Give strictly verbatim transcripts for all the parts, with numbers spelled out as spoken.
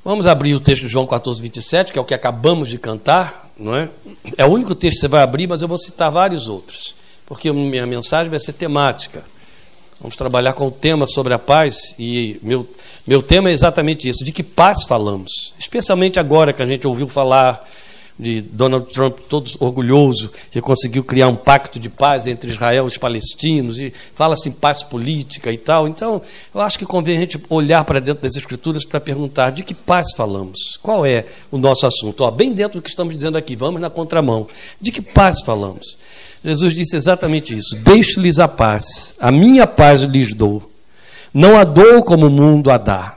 Vamos abrir o texto de João quatorze, vinte e sete, que é o que acabamos de cantar, não é? É o único texto que você vai abrir, mas eu vou citar vários outros, porque minha mensagem vai ser temática. Vamos trabalhar com o tema sobre a paz, e meu, meu tema é exatamente isso, de que paz falamos, especialmente agora que a gente ouviu falar de Donald Trump, todo orgulhoso, que conseguiu criar um pacto de paz entre Israel e os palestinos, e fala-se em paz política e tal. Então, eu acho que convém a gente olhar para dentro das Escrituras para perguntar de que paz falamos, qual é o nosso assunto. Ó, bem dentro do que estamos dizendo aqui, vamos na contramão. De que paz falamos? Jesus disse exatamente isso: deixe-lhes a paz, a minha paz lhes dou, não a dou como o mundo a dá.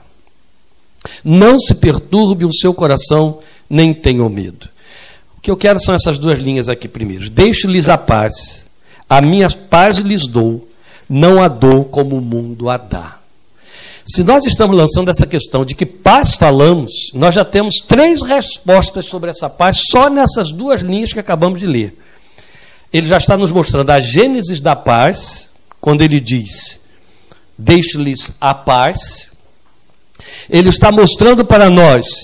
Não se perturbe o seu coração, nem tenham medo. O que eu quero são essas duas linhas aqui primeiro. Deixe-lhes a paz, a minha paz lhes dou, não a dou como o mundo a dá. Se nós estamos lançando essa questão de que paz falamos, nós já temos três respostas sobre essa paz só nessas duas linhas que acabamos de ler. Ele já está nos mostrando a gênese da paz, quando ele diz, deixe-lhes a paz. Ele está mostrando para nós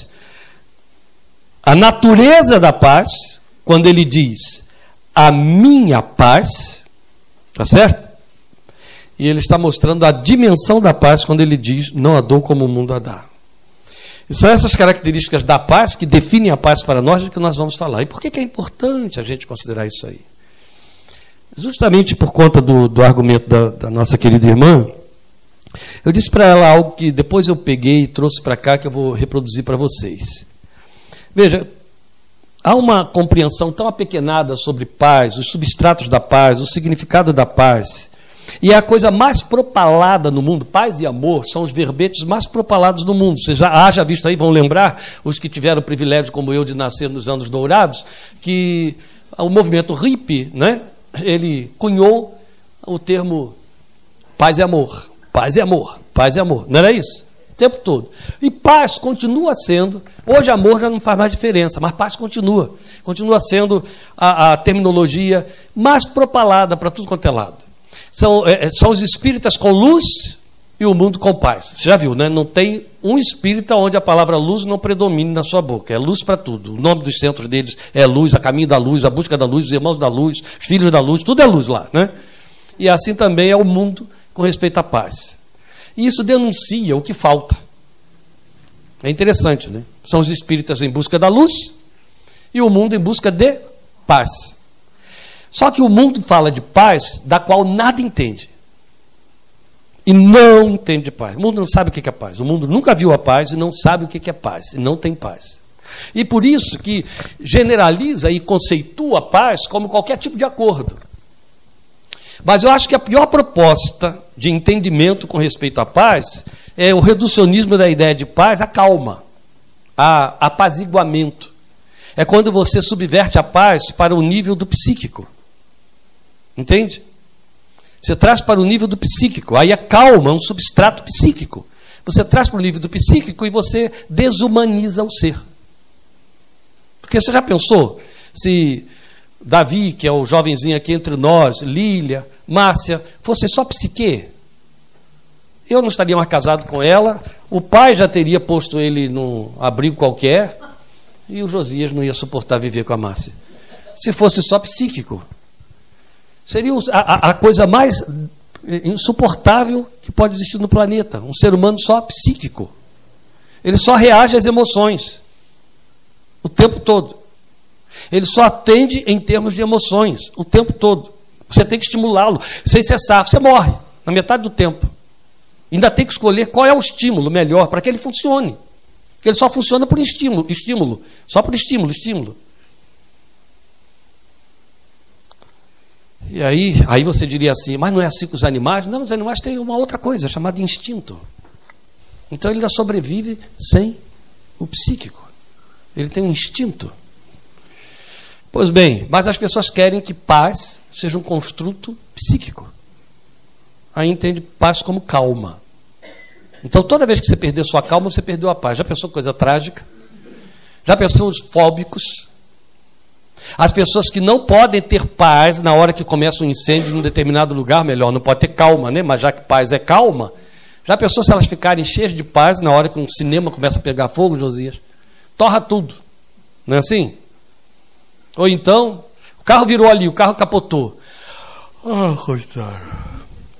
a natureza da paz, quando ele diz, a minha paz, tá certo? E ele está mostrando a dimensão da paz, quando ele diz, não a dou como o mundo a dá. E são essas características da paz que definem a paz para nós, de que nós vamos falar. E por que é importante a gente considerar isso aí? Justamente por conta do, do argumento da, da nossa querida irmã, eu disse para ela algo que depois eu peguei e trouxe para cá, que eu vou reproduzir para vocês. Veja, há uma compreensão tão apequenada sobre paz, os substratos da paz, o significado da paz, e é a coisa mais propalada no mundo. Paz e amor são os verbetes mais propalados no mundo. Você já haja visto aí, vão lembrar, os que tiveram o privilégio, como eu, de nascer nos anos dourados, que o movimento hippie, né, ele cunhou o termo paz e amor, paz e amor, paz e amor, não era isso? O tempo todo. E paz continua sendo, hoje amor já não faz mais diferença, mas paz continua, continua sendo a, a terminologia mais propalada para tudo quanto é lado. São, é, são os espíritas com luz e o mundo com paz. Você já viu, né? Não tem um espírita onde a palavra luz não predomine na sua boca. É luz para tudo. O nome dos centros deles é luz, a caminho da luz, a busca da luz, os irmãos da luz, os filhos da luz, tudo é luz lá, né? E assim também é o mundo com respeito à paz. E isso denuncia o que falta. É interessante, né? São os espíritas em busca da luz e o mundo em busca de paz. Só que o mundo fala de paz da qual nada entende. E não entende de paz. O mundo não sabe o que é paz. O mundo nunca viu a paz e não sabe o que é paz. E não tem paz. E por isso que generaliza e conceitua a paz como qualquer tipo de acordo. Mas eu acho que a pior proposta de entendimento com respeito à paz é o reducionismo da ideia de paz à calma, a apaziguamento. É quando você subverte a paz para o nível do psíquico. Entende? Você traz para o nível do psíquico. Aí a calma é um substrato psíquico. Você traz para o nível do psíquico e você desumaniza o ser. Porque você já pensou se Davi, que é o jovenzinho aqui entre nós, Lília, Márcia, fosse só psique? Eu não estaria mais casado com ela, o pai já teria posto ele num abrigo qualquer e o Josias não ia suportar viver com a Márcia. Se fosse só psíquico, seria a, a coisa mais insuportável que pode existir no planeta. Um ser humano só psíquico. Ele só reage às emoções o tempo todo. Ele só atende em termos de emoções o tempo todo. Você tem que estimulá-lo sem cessar. Você morre na metade do tempo. Ainda tem que escolher qual é o estímulo melhor para que ele funcione. Porque ele só funciona por estímulo, estímulo. Só por estímulo, estímulo. E aí, aí você diria assim, mas não é assim com os animais? Não, os animais têm uma outra coisa, chamada instinto. Então ele ainda sobrevive sem o psíquico. Ele tem um instinto. Pois bem, mas as pessoas querem que paz seja um construto psíquico. Aí entende paz como calma. Então toda vez que você perder sua calma, você perdeu a paz. Já pensou coisa trágica? Já pensou os fóbicos? As pessoas que não podem ter paz na hora que começa um incêndio em um determinado lugar, melhor, não pode ter calma, né? Mas já que paz é calma, Já pensou se elas ficarem cheias de paz na hora que um cinema começa a pegar fogo, Josias? Torra tudo. Não é assim? Ou então, o carro virou ali, o carro capotou. Ah, coitado.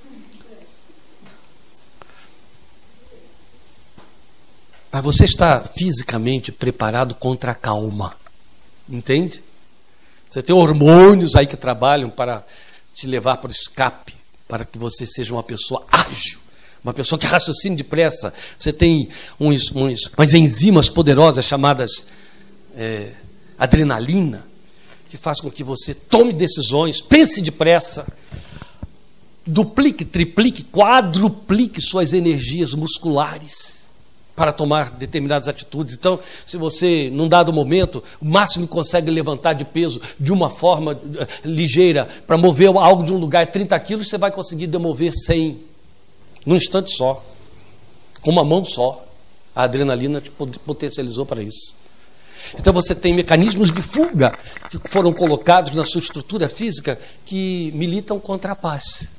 Mas você está fisicamente preparado contra a calma. Entende? Você tem hormônios aí que trabalham para te levar para o escape, para que você seja uma pessoa ágil, uma pessoa que raciocine depressa. Você tem uns, uns, umas enzimas poderosas chamadas é, adrenalina, que faz com que você tome decisões, pense depressa, duplique, triplique, quadruplique suas energias musculares para tomar determinadas atitudes. Então, se você, num dado momento, o máximo consegue levantar de peso de uma forma uh, ligeira para mover algo de um lugar trinta quilos, você vai conseguir demover cem num instante só, com uma mão só. A adrenalina te potencializou para isso. Então você tem mecanismos de fuga que foram colocados na sua estrutura física que militam contra a paz.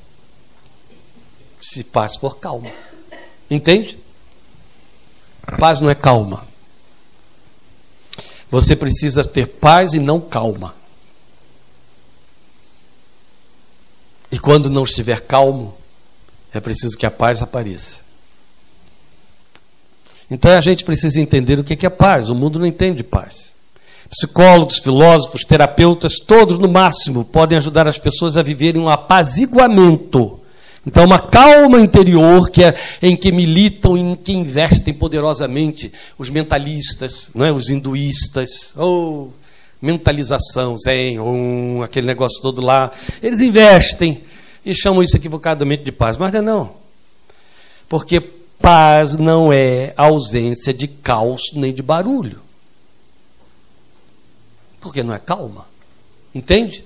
Se paz for calma. Entende? Paz não é calma. Você precisa ter paz e não calma. E quando não estiver calmo, é preciso que a paz apareça. Então a gente precisa entender o que é paz. O mundo não entende paz. Psicólogos, filósofos, terapeutas, todos no máximo podem ajudar as pessoas a viverem um apaziguamento. Então, uma calma interior que é, em que militam, em que investem poderosamente os mentalistas, não é? Os hinduístas, ou oh, mentalização, zen, um, aquele negócio todo lá. Eles investem e chamam isso equivocadamente de paz, mas não é não. Porque paz não é ausência de caos nem de barulho. Porque não é calma. Entende?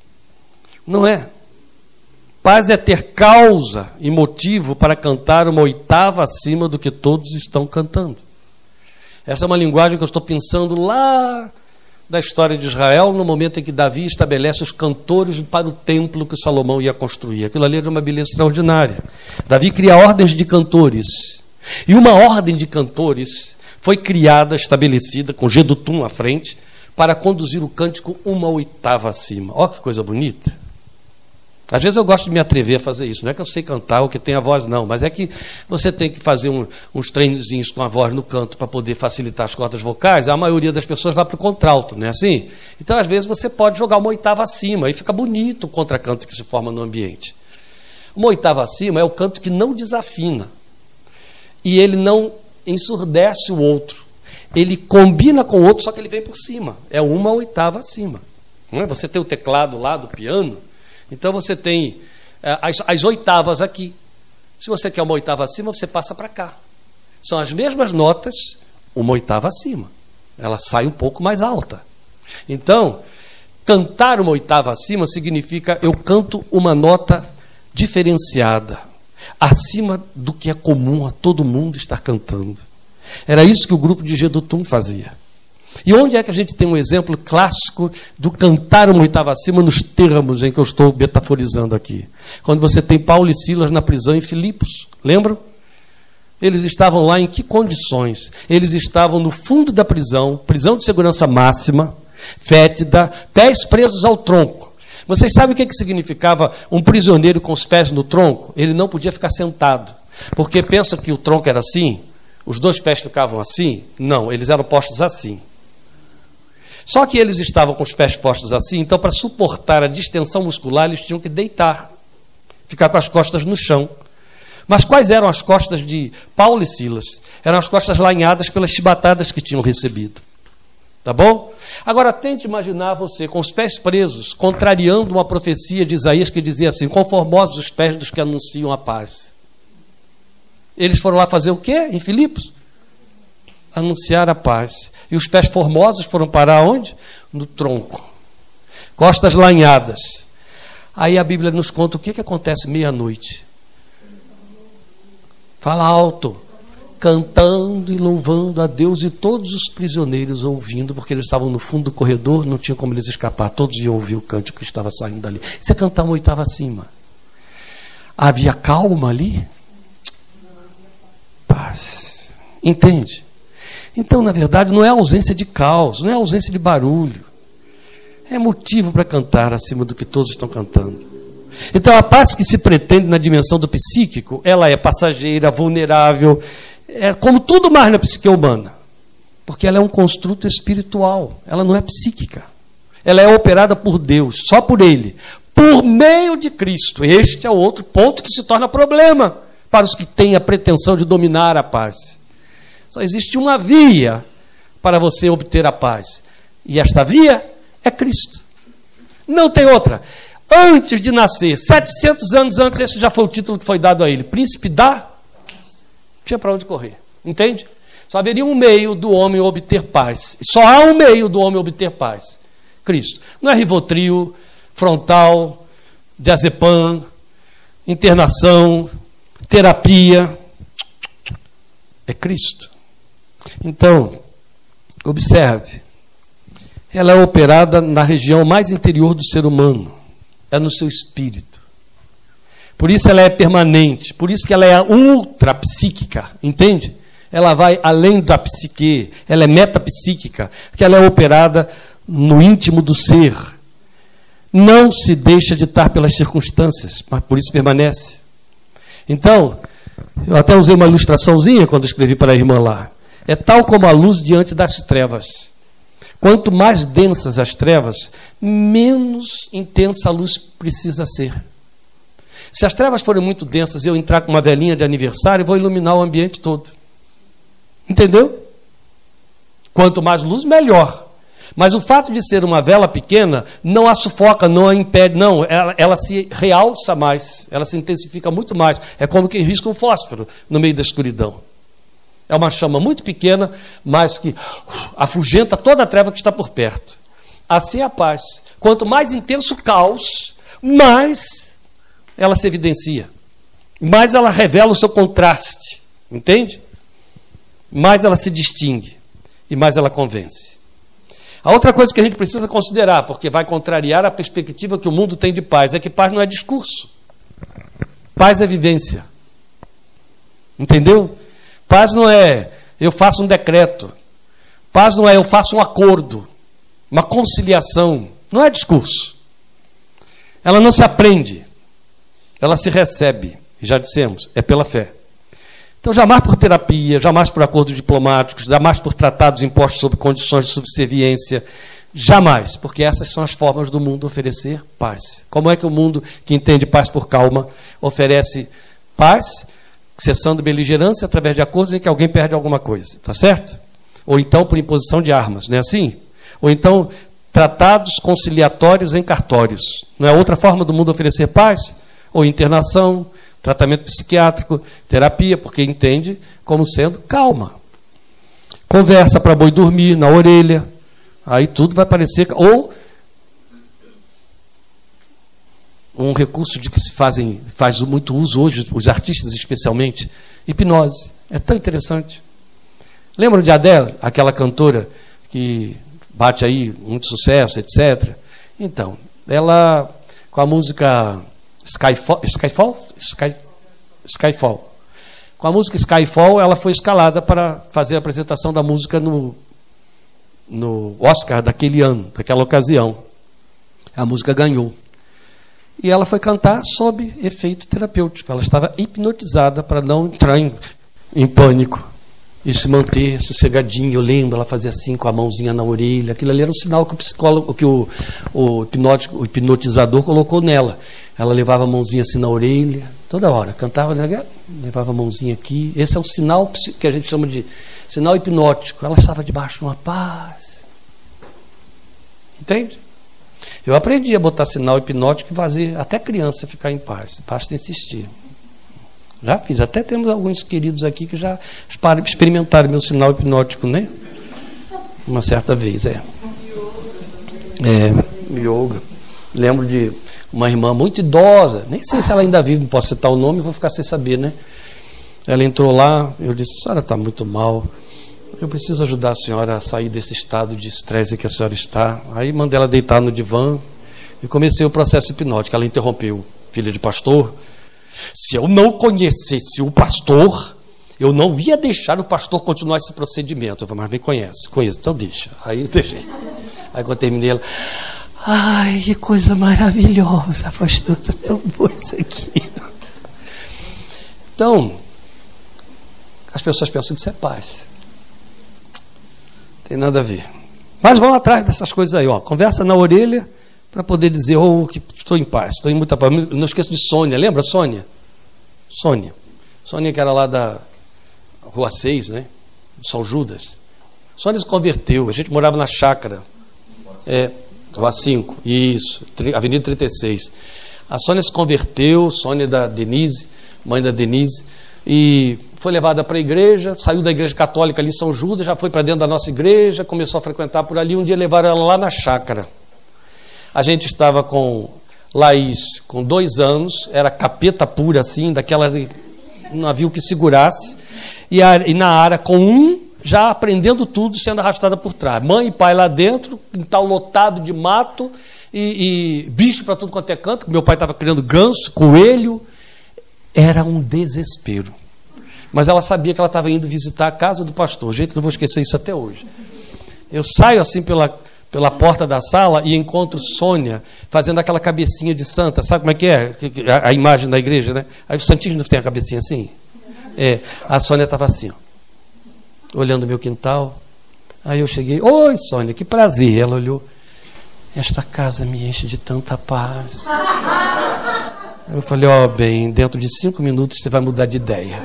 Não é. Paz é ter causa e motivo para cantar uma oitava acima do que todos estão cantando. Essa é uma linguagem que eu estou pensando lá da história de Israel, no momento em que Davi estabelece os cantores para o templo que Salomão ia construir. Aquilo ali era uma beleza extraordinária. Davi cria ordens de cantores. E uma ordem de cantores foi criada, estabelecida, com Gedutum à frente, para conduzir o cântico uma oitava acima. Olha que coisa bonita. Às vezes eu gosto de me atrever a fazer isso. Não é que eu sei cantar ou que tenho a voz, não. Mas é que você tem que fazer um, uns treinozinhos com a voz no canto para poder facilitar as cordas vocais. A maioria das pessoas vai para o contralto, não é assim? Então, às vezes, você pode jogar uma oitava acima. Aí fica bonito o contracanto que se forma no ambiente. Uma oitava acima é o canto que não desafina. E ele não ensurdece o outro. Ele combina com o outro, só que ele vem por cima. É uma oitava acima. Não é? Você tem o teclado lá do piano. Então você tem é, as, as oitavas aqui. Se você quer uma oitava acima, você passa para cá. São as mesmas notas, uma oitava acima. Ela sai um pouco mais alta. Então, cantar uma oitava acima significa eu canto uma nota diferenciada, acima do que é comum a todo mundo estar cantando. Era isso que o grupo de Gedutum fazia. E onde é que a gente tem um exemplo clássico do cantar uma oitava acima nos termos em que eu estou metaforizando aqui? Quando você tem Paulo e Silas na prisão em Filipos, lembram? Eles estavam lá em que condições? Eles estavam no fundo da prisão, prisão de segurança máxima, fétida, pés presos ao tronco. Vocês sabem o que, que significava um prisioneiro com os pés no tronco? Ele não podia ficar sentado, porque pensa que o tronco era assim, os dois pés ficavam assim? Não, eles eram postos assim. Só que eles estavam com os pés postos assim, então para suportar a distensão muscular eles tinham que deitar, ficar com as costas no chão. Mas quais eram as costas de Paulo e Silas? Eram as costas lanhadas pelas chibatadas que tinham recebido. Tá bom? Agora tente imaginar você com os pés presos, contrariando uma profecia de Isaías que dizia assim, conformosos os pés dos que anunciam a paz. Eles foram lá fazer o quê em Filipos? Anunciar a paz. E os pés formosos foram parar onde? No tronco. Costas lanhadas. Aí a Bíblia nos conta o que, que acontece meia-noite. Fala alto. Cantando e louvando a Deus, e todos os prisioneiros ouvindo, porque eles estavam no fundo do corredor, não tinha como eles escapar. Todos iam ouvir o cântico que estava saindo dali. Isso é cantar uma oitava acima. Havia calma ali? paz. Entende? Então, na verdade, não é ausência de caos, não é ausência de barulho. É motivo para cantar acima do que todos estão cantando. Então, a paz que se pretende na dimensão do psíquico, ela é passageira, vulnerável, é como tudo mais na psique humana. Porque ela é um construto espiritual, ela não é psíquica. Ela é operada por Deus, só por Ele, por meio de Cristo. Este é o outro ponto que se torna problema para os que têm a pretensão de dominar a paz. Só existe uma via para você obter a paz. E esta via é Cristo. Não tem outra. Antes de nascer, setecentos anos antes, esse já foi o título que foi dado a ele. Príncipe da... Tinha para onde correr. Entende? Só haveria um meio do homem obter paz. Só há um meio do homem obter paz. Cristo. Não é Rivotril, frontal, diazepam, internação, terapia. É Cristo. Então, observe. Ela é operada na região mais interior do ser humano. É no seu espírito. Por isso ela é permanente. Por isso que ela é ultrapsíquica. Entende? Ela vai além da psique. Ela é metapsíquica. Porque ela é operada no íntimo do ser. Não se deixa ditar pelas circunstâncias, mas por isso permanece. Então, eu até usei uma ilustraçãozinha quando escrevi para a irmã lá. É tal como a luz diante das trevas. Quanto mais densas as trevas, menos intensa a luz precisa ser. Se as trevas forem muito densas e eu entrar com uma velinha de aniversário, eu vou iluminar o ambiente todo. Entendeu? Quanto mais luz, melhor. Mas o fato de ser uma vela pequena não a sufoca, não a impede, não. Ela, ela se realça mais, ela se intensifica muito mais. É como quem risca um fósforo no meio da escuridão. É uma chama muito pequena, mas que afugenta toda a treva que está por perto. Assim é a paz. Quanto mais intenso o caos, mais ela se evidencia. Mais ela revela o seu contraste. Entende? Mais ela se distingue. E mais ela convence. A outra coisa que a gente precisa considerar, porque vai contrariar a perspectiva que o mundo tem de paz, é que paz não é discurso. Paz é vivência. Entendeu? Paz não é eu faço um decreto. Paz não é eu faço um acordo, uma conciliação. Não é discurso. Ela não se aprende. Ela se recebe. Já dissemos, é pela fé. Então, jamais por terapia, jamais por acordos diplomáticos, jamais por tratados impostos sob condições de subserviência. Jamais, porque essas são as formas do mundo oferecer paz. Como é que o mundo que entende paz por calma oferece paz? Cessando beligerância através de acordos em que alguém perde alguma coisa, tá certo? Ou então por imposição de armas, não é assim? Ou então tratados conciliatórios em cartórios. Não é outra forma do mundo oferecer paz? Ou internação, tratamento psiquiátrico, terapia, porque entende como sendo calma. Conversa para boi dormir na orelha, aí tudo vai parecer... Ou um recurso de que se fazem, faz muito uso hoje, os artistas especialmente, hipnose. É tão interessante. Lembram de Adele, aquela cantora que bate aí muito sucesso, etcétera? Então, ela, com a música Skyfall, Skyfall? Sky, Skyfall. Com a música Skyfall, ela foi escalada para fazer a apresentação da música no, no Oscar daquele ano, daquela ocasião. A música ganhou. E ela foi cantar sob efeito terapêutico. Ela estava hipnotizada para não entrar em, em pânico e se manter sossegadinha. Eu lembro, ela fazia assim com a mãozinha na orelha. Aquilo ali era um sinal que o psicólogo, que o, o, hipnótico, o hipnotizador colocou nela. Ela levava a mãozinha assim na orelha, toda hora. Cantava, levava a mãozinha aqui. Esse é um sinal que a gente chama de sinal hipnótico. Ela estava debaixo de uma paz. Entende? Eu aprendi a botar sinal hipnótico e fazer até criança ficar em paz. Basta insistir. Já fiz. Até temos alguns queridos aqui que já experimentaram meu sinal hipnótico, né? Uma certa vez, é. É, yoga. Lembro de uma irmã muito idosa, nem sei se ela ainda vive, não posso citar o nome, vou ficar sem saber, né? Ela entrou lá, eu disse, a senhora está muito mal, eu preciso ajudar a senhora a sair desse estado de estresse que a senhora está. Aí mandei ela deitar no divã e comecei o processo hipnótico. Ela interrompeu, filha de pastor, se eu não conhecesse o pastor, Eu não ia deixar o pastor continuar esse procedimento. Eu falei, mas me conhece, conheço, então deixa. Aí eu deixei. Aí quando eu terminei, ela, ai, que coisa maravilhosa, pastor, está tão bom isso aqui. Então, as pessoas pensam que isso é paz. Tem nada a ver. Mas vão atrás dessas coisas aí, ó. Conversa na orelha para poder dizer, oh, que estou em paz, estou em muita paz. Não esqueço de Sônia, lembra Sônia? Sônia. Sônia que era lá da Rua seis, né? São Judas. Sônia se converteu, a gente morava na chácara. É, Rua cinco, isso, Avenida trinta e seis. A Sônia se converteu, Sônia da Denise, mãe da Denise, e foi levada para a igreja, saiu da igreja católica ali em São Judas, já foi para dentro da nossa igreja, começou a frequentar por ali. Um dia levaram ela lá na chácara. A gente estava com Laís com dois anos, era capeta pura assim, daquelas de um navio que segurasse, e, a, e na área com um, já aprendendo tudo, sendo arrastada por trás. Mãe e pai lá dentro, quintal lotado de mato, e, e bicho para tudo quanto é canto, meu pai estava criando ganso, coelho, era um desespero. Mas ela sabia que ela estava indo visitar a casa do pastor, gente, não vou esquecer isso até hoje. Eu saio assim pela... pela porta da sala e encontro Sônia fazendo aquela cabecinha de santa. Sabe como é que é? A, a imagem da igreja, né? Aí o santinho não tem a cabecinha assim? É, a Sônia estava assim, ó, olhando o meu quintal. Aí eu cheguei, oi Sônia, que prazer. Ela olhou, esta casa me enche de tanta paz. Eu falei, ó, oh, bem, dentro de cinco minutos você vai mudar de ideia.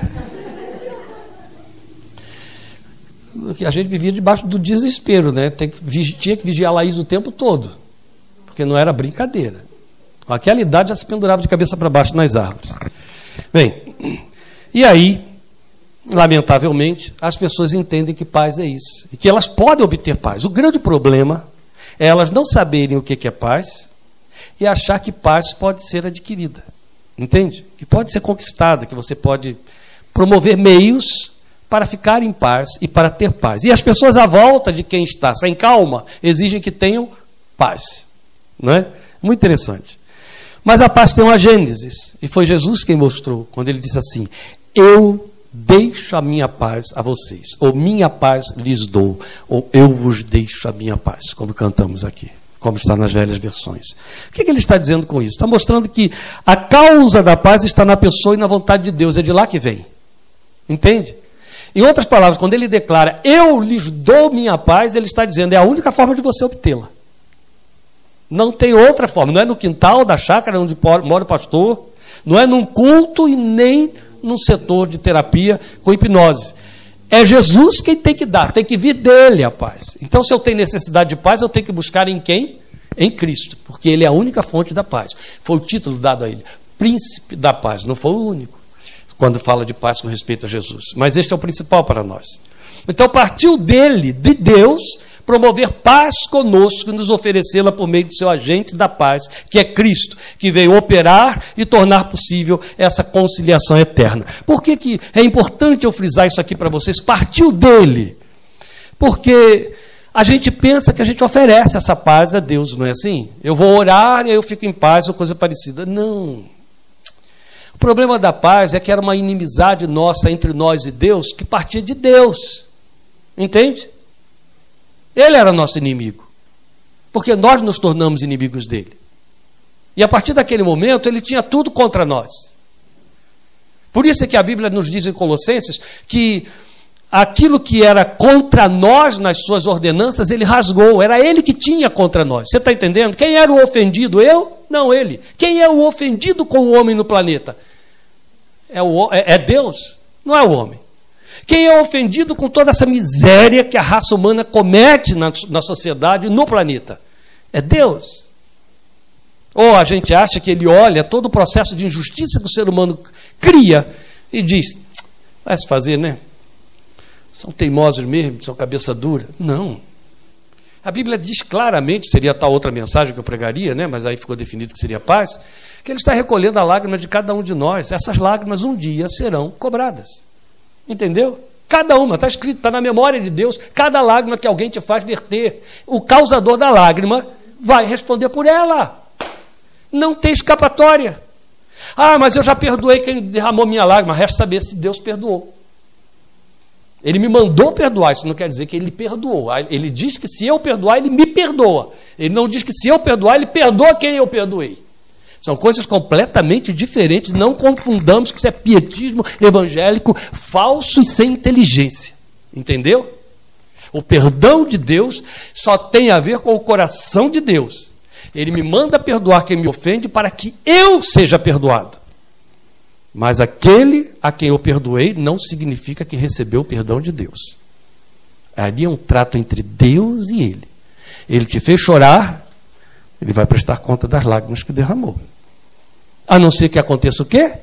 A gente vivia debaixo do desespero, né? Tem que, tinha que vigiar a Laís o tempo todo, porque não era brincadeira. Com aquela idade já se pendurava de cabeça para baixo nas árvores. Bem, e aí, lamentavelmente, as pessoas entendem que paz é isso, e que elas podem obter paz. O grande problema é elas não saberem o que é paz e achar que paz pode ser adquirida. Entende? Que pode ser conquistada, que você pode promover meios para ficar em paz e para ter paz. E as pessoas à volta de quem está sem calma exigem que tenham paz. Não é? Muito interessante. Mas a paz tem uma gênese, e foi Jesus quem mostrou, quando ele disse assim, eu deixo a minha paz a vocês, ou minha paz lhes dou, ou eu vos deixo a minha paz, como cantamos aqui, como está nas velhas versões. O que, é que ele está dizendo com isso? Está mostrando que a causa da paz está na pessoa e na vontade de Deus, é de lá que vem. Entende? Em outras palavras, quando ele declara, eu lhes dou minha paz, ele está dizendo, é a única forma de você obtê-la. Não tem outra forma, não é no quintal da chácara onde mora o pastor, não é num culto e nem num setor de terapia com hipnose. É Jesus quem tem que dar, tem que vir dele a paz. Então, se eu tenho necessidade de paz, eu tenho que buscar em quem? Em Cristo, porque ele é a única fonte da paz. Foi o título dado a ele, príncipe da paz, não foi o único, quando fala de paz com respeito a Jesus. Mas este é o principal para nós. Então, partiu dele, de Deus, promover paz conosco e nos oferecê-la por meio do seu agente da paz, que é Cristo, que veio operar e tornar possível essa conciliação eterna. Por que, que é importante eu frisar isso aqui para vocês? Partiu dele. Porque a gente pensa que a gente oferece essa paz a Deus, não é assim? Eu vou orar e eu fico em paz ou coisa parecida. Não. O problema da paz é que era uma inimizade nossa entre nós e Deus que partia de Deus. Entende? Ele era nosso inimigo, porque nós nos tornamos inimigos dele. E a partir daquele momento, ele tinha tudo contra nós. Por isso é que a Bíblia nos diz em Colossenses que aquilo que era contra nós nas suas ordenanças, ele rasgou. Era ele que tinha contra nós. Você está entendendo? Quem era o ofendido? Eu? Não, ele. Quem é o ofendido com o homem no planeta? É, o, é, é Deus, não é o homem. Quem é ofendido com toda essa miséria que a raça humana comete na, na sociedade e no planeta? É Deus. Ou a gente acha que ele olha todo o processo de injustiça que o ser humano cria e diz, vai se fazer, né? São teimosos mesmo, são cabeça dura. Não. A Bíblia diz claramente, seria tal outra mensagem que eu pregaria, né? Mas aí ficou definido que seria paz, que ele está recolhendo a lágrima de cada um de nós. Essas lágrimas um dia serão cobradas. Entendeu? Cada uma, está escrito, está na memória de Deus, cada lágrima que alguém te faz verter, o causador da lágrima vai responder por ela. Não tem escapatória. Ah, mas eu já perdoei quem derramou minha lágrima, resta saber se Deus perdoou. Ele me mandou perdoar, isso não quer dizer que ele perdoou. Ele diz que se eu perdoar, ele me perdoa. Ele não diz que se eu perdoar, ele perdoa quem eu perdoei. São coisas completamente diferentes, não confundamos que isso é pietismo evangélico falso e sem inteligência. Entendeu? O perdão de Deus só tem a ver com o coração de Deus. Ele me manda perdoar quem me ofende para que eu seja perdoado. Mas aquele a quem eu perdoei não significa que recebeu o perdão de Deus. Ali é um trato entre Deus e ele. Ele te fez chorar, ele vai prestar conta das lágrimas que derramou. A não ser que aconteça o quê?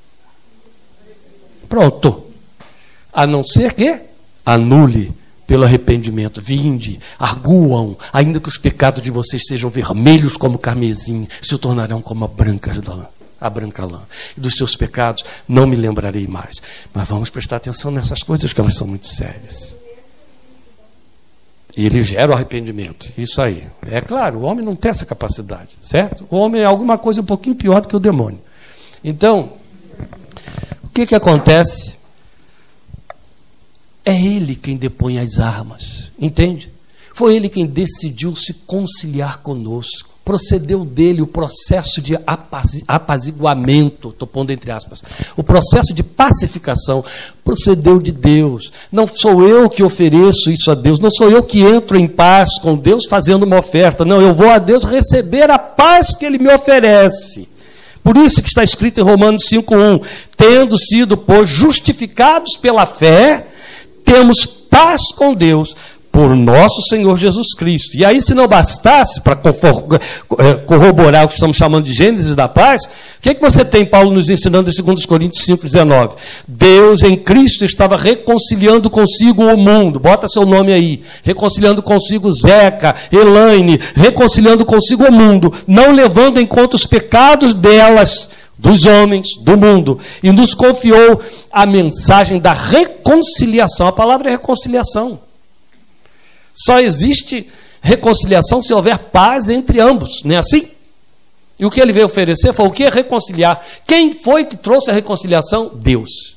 Pronto. A não ser que anule pelo arrependimento. Vinde, arguam, ainda que os pecados de vocês sejam vermelhos como carmesim, se tornarão como a branca lã. A branca lã. E dos seus pecados não me lembrarei mais. Mas vamos prestar atenção nessas coisas, que elas são muito sérias. E ele gera o arrependimento. Isso aí. É claro, o homem não tem essa capacidade, certo? O homem é alguma coisa um pouquinho pior do que o demônio. Então, o que que acontece? É ele quem depõe as armas, entende? Foi ele quem decidiu se conciliar conosco. Procedeu dele o processo de apaziguamento, estou pondo entre aspas, o processo de pacificação procedeu de Deus. Não sou eu que ofereço isso a Deus, não sou eu que entro em paz com Deus fazendo uma oferta, não, eu vou a Deus receber a paz que Ele me oferece. Por isso que está escrito em Romanos cinco, um, tendo sido, pois, justificados pela fé, temos paz com Deus, por nosso Senhor Jesus Cristo. E aí, se não bastasse, para corroborar o que estamos chamando de Gênesis da paz, o que é que você tem, Paulo nos ensinando em dois Coríntios cinco, dezenove? Deus em Cristo estava reconciliando consigo o mundo, bota seu nome aí, reconciliando consigo Zeca, Elaine, reconciliando consigo o mundo, não levando em conta os pecados delas, dos homens, do mundo, e nos confiou a mensagem da reconciliação. A palavra é reconciliação. Só existe reconciliação se houver paz entre ambos, não é assim? E o que ele veio oferecer foi o que? Reconciliar. Quem foi que trouxe a reconciliação? Deus.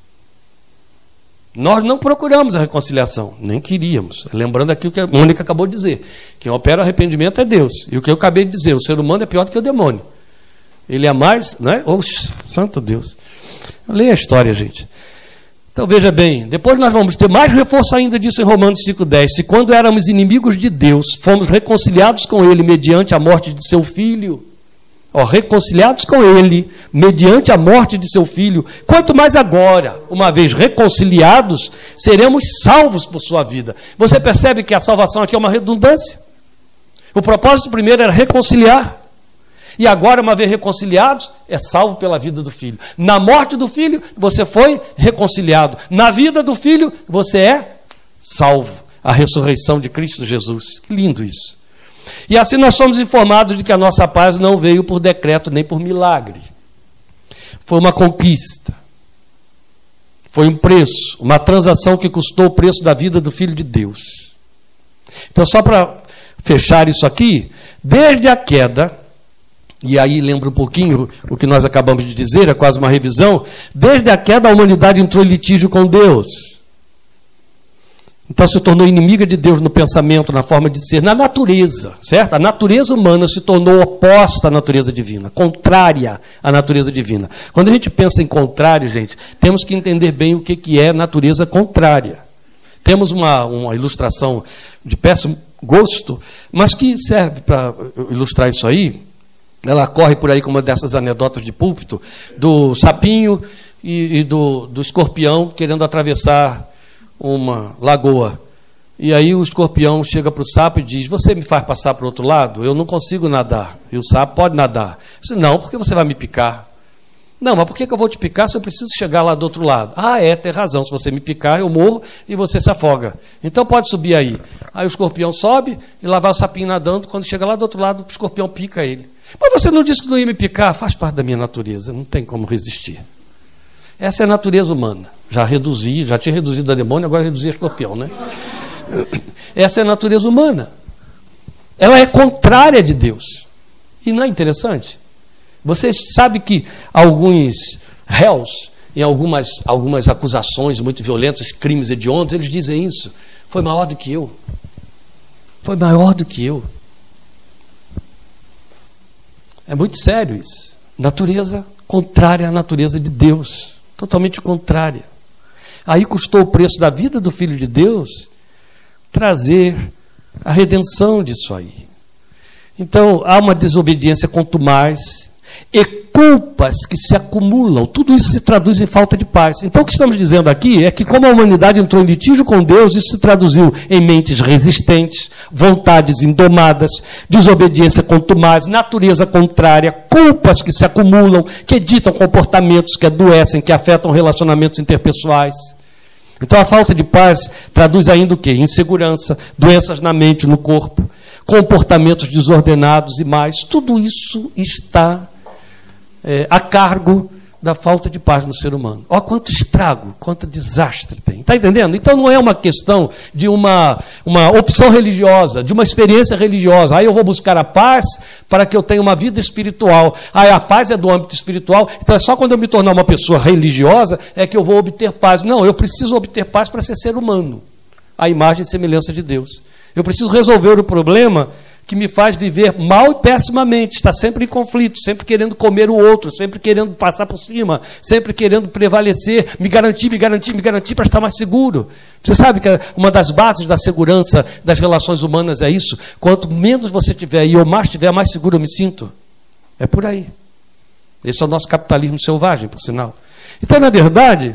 Nós não procuramos a reconciliação, nem queríamos. Lembrando aqui o que a Mônica acabou de dizer. Quem opera o arrependimento é Deus. E o que eu acabei de dizer, o ser humano é pior do que o demônio. Ele é mais, não é? Oxe, santo Deus. Leia a história, gente. Então, veja bem, depois nós vamos ter mais reforço ainda disso em Romanos cinco, dez. Se quando éramos inimigos de Deus, fomos reconciliados com Ele mediante a morte de seu Filho, ó, reconciliados com Ele mediante a morte de seu Filho, quanto mais agora, uma vez reconciliados, seremos salvos por sua vida. Você percebe que a salvação aqui é uma redundância? O propósito primeiro era reconciliar. E agora, uma vez reconciliados, é salvo pela vida do Filho. Na morte do Filho, você foi reconciliado. Na vida do Filho, você é salvo. A ressurreição de Cristo Jesus. Que lindo isso. E assim nós somos informados de que a nossa paz não veio por decreto nem por milagre. Foi uma conquista. Foi um preço, uma transação que custou o preço da vida do Filho de Deus. Então, só para fechar isso aqui, desde a queda... E aí lembra um pouquinho o que nós acabamos de dizer, é quase uma revisão. Desde a queda, a humanidade entrou em litígio com Deus. Então se tornou inimiga de Deus no pensamento, na forma de ser, na natureza, certo? A natureza humana se tornou oposta à natureza divina, contrária à natureza divina. Quando a gente pensa em contrário, gente, temos que entender bem o que é natureza contrária. Temos uma, uma ilustração de péssimo gosto, mas que serve para ilustrar isso aí. Ela corre por aí com uma dessas anedotas de púlpito, do sapinho e, e do, do escorpião querendo atravessar uma lagoa. E aí o escorpião chega para o sapo e diz, você me faz passar para o outro lado? Eu não consigo nadar. E o sapo pode nadar. Eu disse, não, porque você vai me picar. Não, mas por que eu vou te picar se eu preciso chegar lá do outro lado? Ah, é, tem razão. Se você me picar, eu morro e você se afoga. Então pode subir aí. Aí o escorpião sobe e lá vai o sapinho nadando. Quando chega lá do outro lado, o escorpião pica ele. Mas você não disse que não ia me picar? Faz parte da minha natureza, não tem como resistir. Essa é a natureza humana. Já reduzi, já tinha reduzido a demônio, agora reduzi a escorpião, né? Essa é a natureza humana. Ela é contrária de Deus. E não é interessante? Você sabe que alguns réus em algumas, algumas acusações muito violentas, crimes hediondos, eles dizem isso. Foi maior do que eu. Foi maior do que eu. É muito sério isso. Natureza contrária à natureza de Deus. Totalmente contrária. Aí custou o preço da vida do Filho de Deus trazer a redenção disso aí. Então, há uma desobediência contumaz e culpas que se acumulam. Tudo isso se traduz em falta de paz. Então, o que estamos dizendo aqui é que, como a humanidade entrou em litígio com Deus, isso se traduziu em mentes resistentes, vontades indomadas, desobediência contumaz, natureza contrária, culpas que se acumulam, que ditam comportamentos que adoecem, que afetam relacionamentos interpessoais. Então, a falta de paz traduz ainda o quê? Insegurança, doenças na mente, no corpo, comportamentos desordenados e mais. Tudo isso está é, a cargo da falta de paz no ser humano. Olha quanto estrago, quanto desastre tem. Está entendendo? Então não é uma questão de uma, uma opção religiosa, de uma experiência religiosa. Aí eu vou buscar a paz para que eu tenha uma vida espiritual. Aí a paz é do âmbito espiritual, então é só quando eu me tornar uma pessoa religiosa é que eu vou obter paz. Não, eu preciso obter paz para ser ser humano, a imagem e semelhança de Deus. Eu preciso resolver o problema que me faz viver mal e pessimamente, está sempre em conflito, sempre querendo comer o outro, sempre querendo passar por cima, sempre querendo prevalecer, me garantir, me garantir, me garantir para estar mais seguro. Você sabe que uma das bases da segurança das relações humanas é isso? Quanto menos você tiver e eu mais tiver, mais seguro eu me sinto. É por aí. Esse é o nosso capitalismo selvagem, por sinal. Então, na verdade,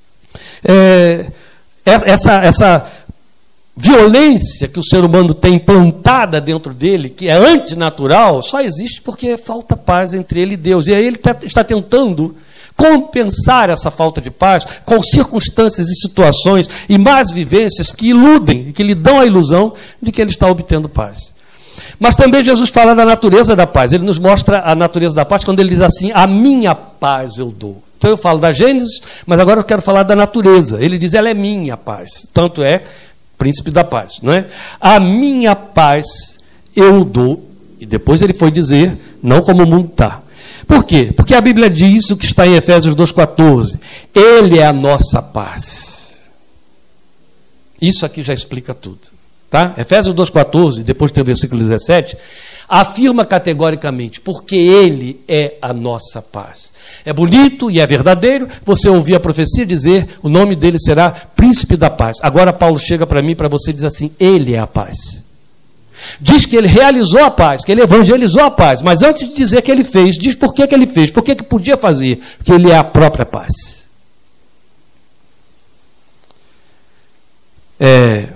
é, essa... essa violência que o ser humano tem implantada dentro dele, que é antinatural, só existe porque falta paz entre ele e Deus. E aí ele está tentando compensar essa falta de paz com circunstâncias e situações e más vivências que iludem, que lhe dão a ilusão de que ele está obtendo paz. Mas também Jesus fala da natureza da paz. Ele nos mostra a natureza da paz quando ele diz assim, a minha paz eu dou. Então eu falo da Gênesis, mas agora eu quero falar da natureza. Ele diz, ela é minha paz. Tanto é príncipe da paz, não é? A minha paz eu dou. E depois ele foi dizer, não como o mundo está. Por quê? Porque a Bíblia diz o que está em Efésios dois, quatorze. Ele é a nossa paz. Isso aqui já explica tudo. Tá? Efésios dois, quatorze, depois tem o versículo dezessete, afirma categoricamente, porque Ele é a nossa paz. É bonito e é verdadeiro você ouvir a profecia dizer, o nome dele será Príncipe da Paz. Agora Paulo chega para mim e para você e diz assim, Ele é a paz. Diz que Ele realizou a paz, que Ele evangelizou a paz, mas antes de dizer que Ele fez, diz por que, que Ele fez, por que, que podia fazer, porque Ele é a própria paz. É...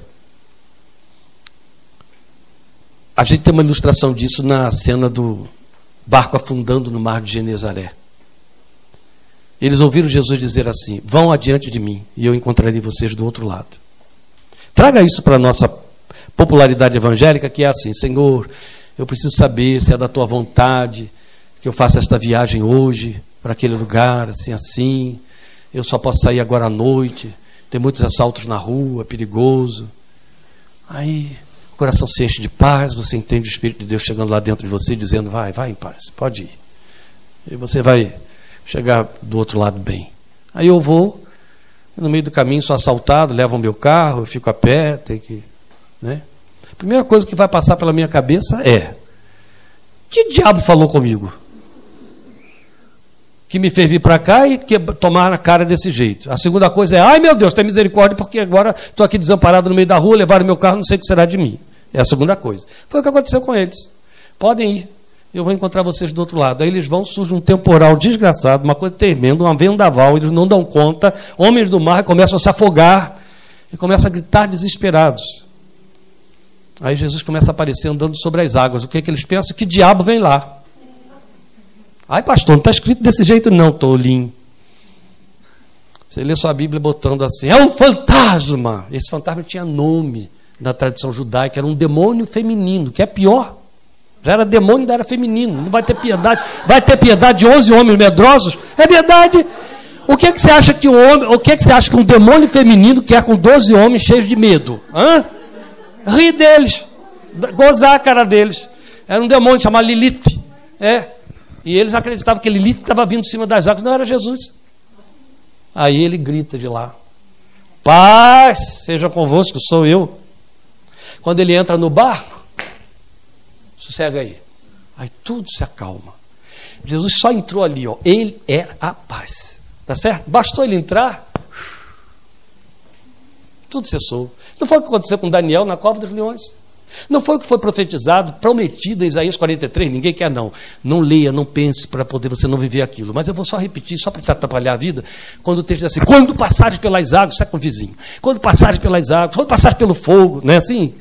A gente tem uma ilustração disso na cena do barco afundando no mar de Genezaré. Eles ouviram Jesus dizer assim, vão adiante de mim e eu encontrarei vocês do outro lado. Traga isso para a nossa popularidade evangélica, que é assim, Senhor, eu preciso saber se é da tua vontade que eu faça esta viagem hoje para aquele lugar, assim, assim. Eu só posso sair agora à noite, tem muitos assaltos na rua, é perigoso. Aí... o coração se enche de paz, você entende o Espírito de Deus chegando lá dentro de você, dizendo, vai, vai em paz, pode ir. E você vai chegar do outro lado bem. Aí eu vou, no meio do caminho sou assaltado, levam o meu carro, eu fico a pé, tem que... né? A primeira coisa que vai passar pela minha cabeça é, que diabo falou comigo? Que me fez vir para cá e que tomar na cara desse jeito. A segunda coisa é, ai meu Deus, tem misericórdia, porque agora estou aqui desamparado no meio da rua, levaram meu carro, não sei o que será de mim. É a segunda coisa. Foi o que aconteceu com eles. Podem ir, eu vou encontrar vocês do outro lado. Aí eles vão, surge um temporal desgraçado, uma coisa tremenda, uma vendaval, eles não dão conta, homens do mar começam a se afogar e começam a gritar desesperados. Aí Jesus começa a aparecer andando sobre as águas. O que é que eles pensam? Que diabo vem lá? Ai, pastor, não está escrito desse jeito não, tolinho. Você lê sua Bíblia botando assim, é um fantasma. Esse fantasma tinha nome na tradição judaica, era um demônio feminino, que é pior. Já era demônio, ainda era feminino. Não vai ter piedade. Vai ter piedade de onze homens medrosos? É verdade. O que é que você acha que um homem, o que é que você acha que um demônio feminino quer com doze homens cheios de medo? Hã? Rir deles, gozar a cara deles. Era um demônio chamado Lilith. É. E eles acreditavam que Lilith estava vindo de cima das águas. Não, era Jesus. Aí ele grita de lá: paz seja convosco, sou eu. Quando ele entra no barco, sossega aí. Aí tudo se acalma. Jesus só entrou ali, ó. Ele é a paz. Tá certo? Bastou ele entrar, tudo cessou. Não foi o que aconteceu com Daniel na cova dos leões. Não foi o que foi profetizado, prometido em Isaías quarenta e três. Ninguém quer, não. Não leia, não pense, para poder você não viver aquilo. Mas eu vou só repetir, só para te atrapalhar a vida, quando o texto diz assim: quando passares pelas águas, sai com o vizinho. Quando passares pelas águas, quando passares pelo fogo, não é assim?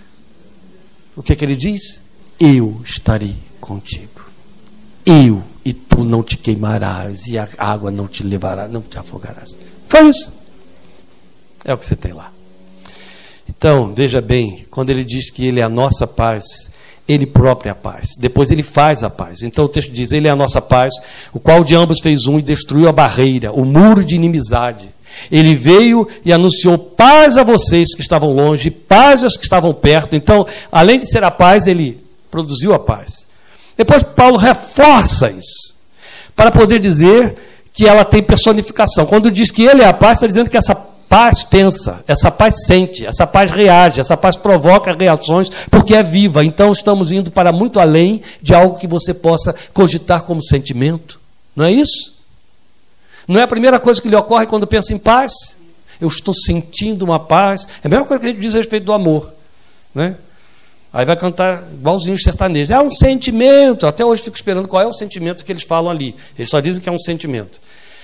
O que, que ele diz? Eu estarei contigo. Eu, e tu não te queimarás, e a água não te levará, não te afogarás. Foi isso. É o que você tem lá. Então, veja bem, quando ele diz que ele é a nossa paz, ele próprio é a paz. Depois ele faz a paz. Então o texto diz: ele é a nossa paz, o qual de ambos fez um e destruiu a barreira, o muro de inimizade. Ele veio e anunciou paz a vocês que estavam longe, paz aos que estavam perto. Então, além de ser a paz, ele produziu a paz. Depois Paulo reforça isso, para poder dizer que ela tem personificação. Quando diz que ele é a paz, está dizendo que essa paz pensa, essa paz sente, essa paz reage, essa paz provoca reações, porque é viva. Então estamos indo para muito além de algo que você possa cogitar como sentimento. Não é isso? Não é a primeira coisa que lhe ocorre quando pensa em paz? Eu estou sentindo uma paz. É a mesma coisa que a gente diz a respeito do amor, né? Aí vai cantar igualzinho os sertanejos. É um sentimento. Até hoje fico esperando qual é o sentimento que eles falam ali. Eles só dizem que é um sentimento.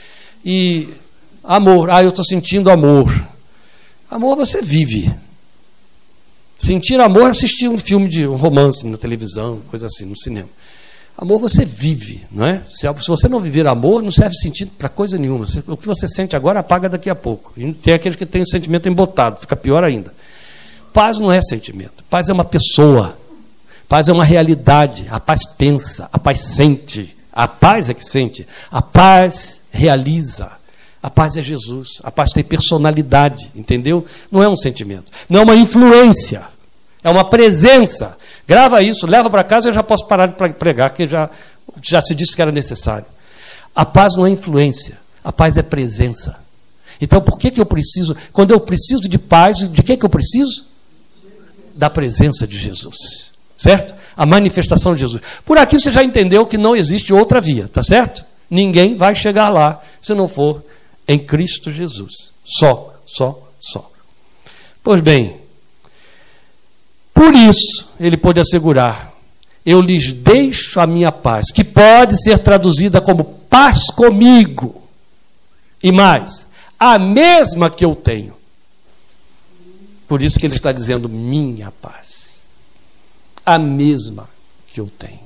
E amor. Ah, eu estou sentindo amor. Amor você vive. Sentir amor é assistir um filme de um romance na televisão, coisa assim, no cinema. Amor você vive, não é? Se você não viver amor, não serve sentido para coisa nenhuma. O que você sente agora apaga daqui a pouco. E tem aqueles que têm o sentimento embotado, fica pior ainda. Paz não é sentimento. Paz é uma pessoa. Paz é uma realidade. A paz pensa, a paz sente. A paz é que sente. A paz realiza. A paz é Jesus. A paz tem personalidade, entendeu? Não é um sentimento. Não é uma influência. É uma presença. Grava isso, leva para casa e eu já posso parar de pregar, porque já, já se disse que era necessário. A paz não é influência. A paz é presença. Então, por que, que eu preciso? Quando eu preciso de paz, de que, que eu preciso? Da presença de Jesus. Certo? A manifestação de Jesus. Por aqui você já entendeu que não existe outra via, tá certo? Ninguém vai chegar lá se não for em Cristo Jesus. Só, só, só. Pois bem, por isso ele pôde assegurar: eu lhes deixo a minha paz, que pode ser traduzida como paz comigo. E mais, a mesma que eu tenho. Por isso que ele está dizendo minha paz. A mesma que eu tenho.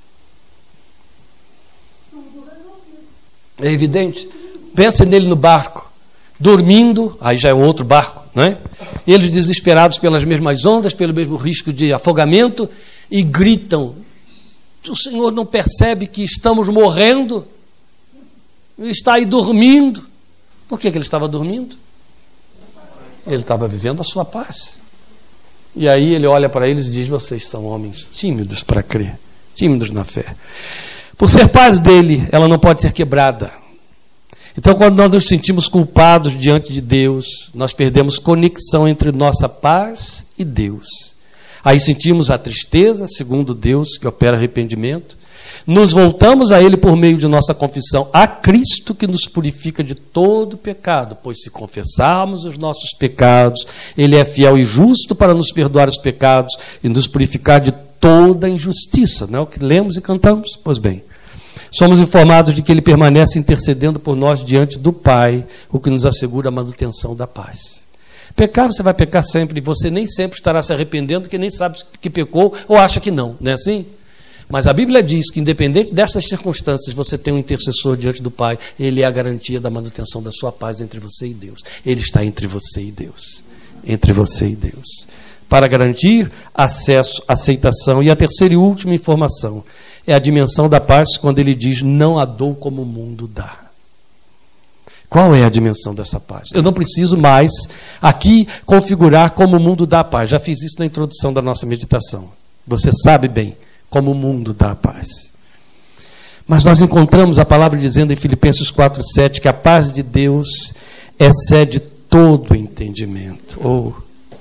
É evidente. Pensa nele no barco, dormindo, aí já é um outro barco, não é? Eles desesperados pelas mesmas ondas, pelo mesmo risco de afogamento, e gritam: o Senhor não percebe que estamos morrendo? Está aí dormindo. Por que que ele estava dormindo? Ele estava vivendo a sua paz. E aí ele olha para eles e diz: vocês são homens tímidos para crer, tímidos na fé. Por ser paz dele, ela não pode ser quebrada. Então, quando nós nos sentimos culpados diante de Deus, nós perdemos conexão entre nossa paz e Deus. Aí sentimos a tristeza, segundo Deus, que opera arrependimento. Nos voltamos a Ele por meio de nossa confissão a Cristo, que nos purifica de todo pecado, pois se confessarmos os nossos pecados, Ele é fiel e justo para nos perdoar os pecados e nos purificar de toda injustiça. Não é o que lemos e cantamos? Pois bem, somos informados de que Ele permanece intercedendo por nós diante do Pai, o que nos assegura a manutenção da paz. Pecar, você vai pecar sempre, e você nem sempre estará se arrependendo, porque nem sabe que pecou ou acha que não, não é assim? Mas a Bíblia diz que, independente dessas circunstâncias, você tem um intercessor diante do Pai. Ele é a garantia da manutenção da sua paz entre você e Deus. Ele está entre você e Deus. Entre você e Deus. Para garantir acesso, aceitação. E a terceira e última informação é a dimensão da paz, quando ele diz: não a dou como o mundo dá. Qual é a dimensão dessa paz? Eu não preciso mais aqui configurar como o mundo dá a paz. Já fiz isso na introdução da nossa meditação. Você sabe bem como o mundo dá a paz. Mas nós encontramos a palavra dizendo em Filipenses quatro, sete, que a paz de Deus excede todo entendimento. Oh.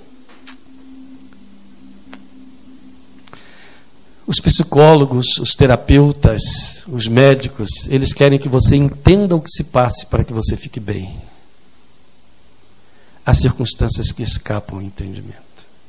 Os psicólogos, os terapeutas, os médicos, eles querem que você entenda o que se passe para que você fique bem. Há circunstâncias que escapam ao entendimento.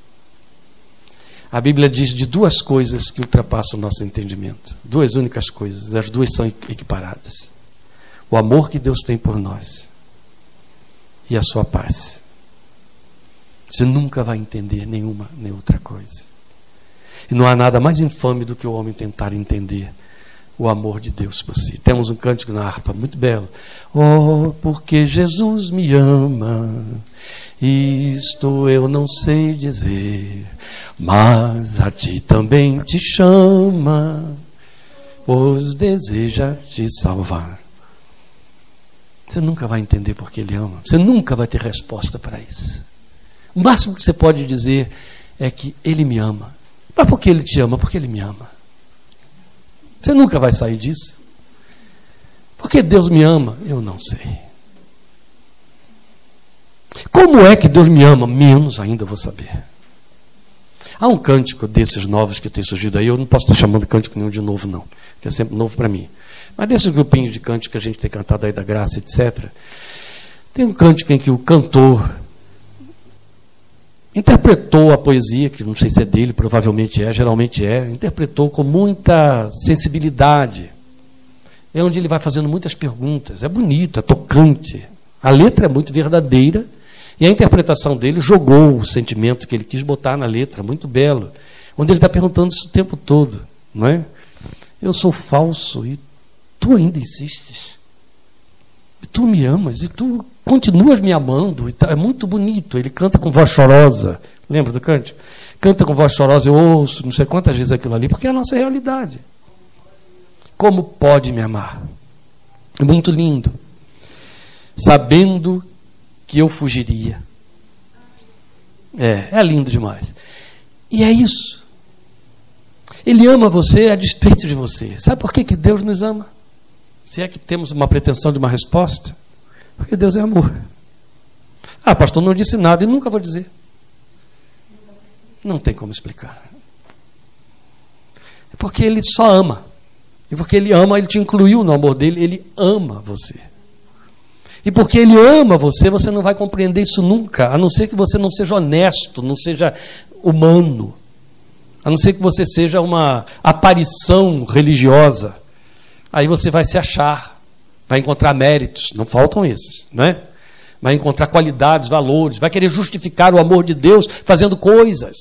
A Bíblia diz de duas coisas que ultrapassam o nosso entendimento. Duas únicas coisas, as duas são equiparadas. O amor que Deus tem por nós e a sua paz. Você nunca vai entender nenhuma nem outra coisa. E não há nada mais infame do que o homem tentar entender o amor de Deus por si. Temos um cântico na harpa muito belo. Oh, porque Jesus me ama, isto eu não sei dizer, mas a ti também te chama, pois deseja te salvar. Você nunca vai entender porque Ele ama. Você nunca vai ter resposta para isso. O máximo que você pode dizer é que Ele me ama. Mas por que Ele te ama? Porque Ele me ama. Você nunca vai sair disso. Porque Deus me ama? Eu não sei. Como é que Deus me ama? Menos ainda eu vou saber. Há um cântico desses novos que tem surgido aí, eu não posso estar chamando cântico nenhum de novo, não, que é sempre novo para mim. Mas desses grupinhos de cântico que a gente tem cantado aí da graça, etcétera, tem um cântico em que o cantor interpretou a poesia, que não sei se é dele, provavelmente é, geralmente é, interpretou com muita sensibilidade. É onde ele vai fazendo muitas perguntas. É bonito, é tocante. A letra é muito verdadeira e a interpretação dele jogou o sentimento que ele quis botar na letra, muito belo. Onde ele está perguntando isso o tempo todo, não é? Eu sou falso e tu ainda insistes. E tu me amas e tu continuas me amando. E tá, é muito bonito. Ele canta com voz chorosa. Lembra do cântico? Canta com voz chorosa, eu ouço não sei quantas vezes aquilo ali, porque é a nossa realidade. Como pode me amar? É muito lindo. Sabendo que eu fugiria. É, é lindo demais. E é isso. Ele ama você a despeito de você. Sabe por que que Deus nos ama? Se é que temos uma pretensão de uma resposta, porque Deus é amor. Ah, pastor, não disse nada e nunca vou dizer. Não tem como explicar. É porque Ele só ama. E porque Ele ama, Ele te incluiu no amor dEle, Ele ama você. E porque Ele ama você, você não vai compreender isso nunca, a não ser que você não seja honesto, não seja humano, a não ser que você seja uma aparição religiosa. Aí você vai se achar, vai encontrar méritos, não faltam esses, não é? Vai encontrar qualidades, valores, vai querer justificar o amor de Deus fazendo coisas.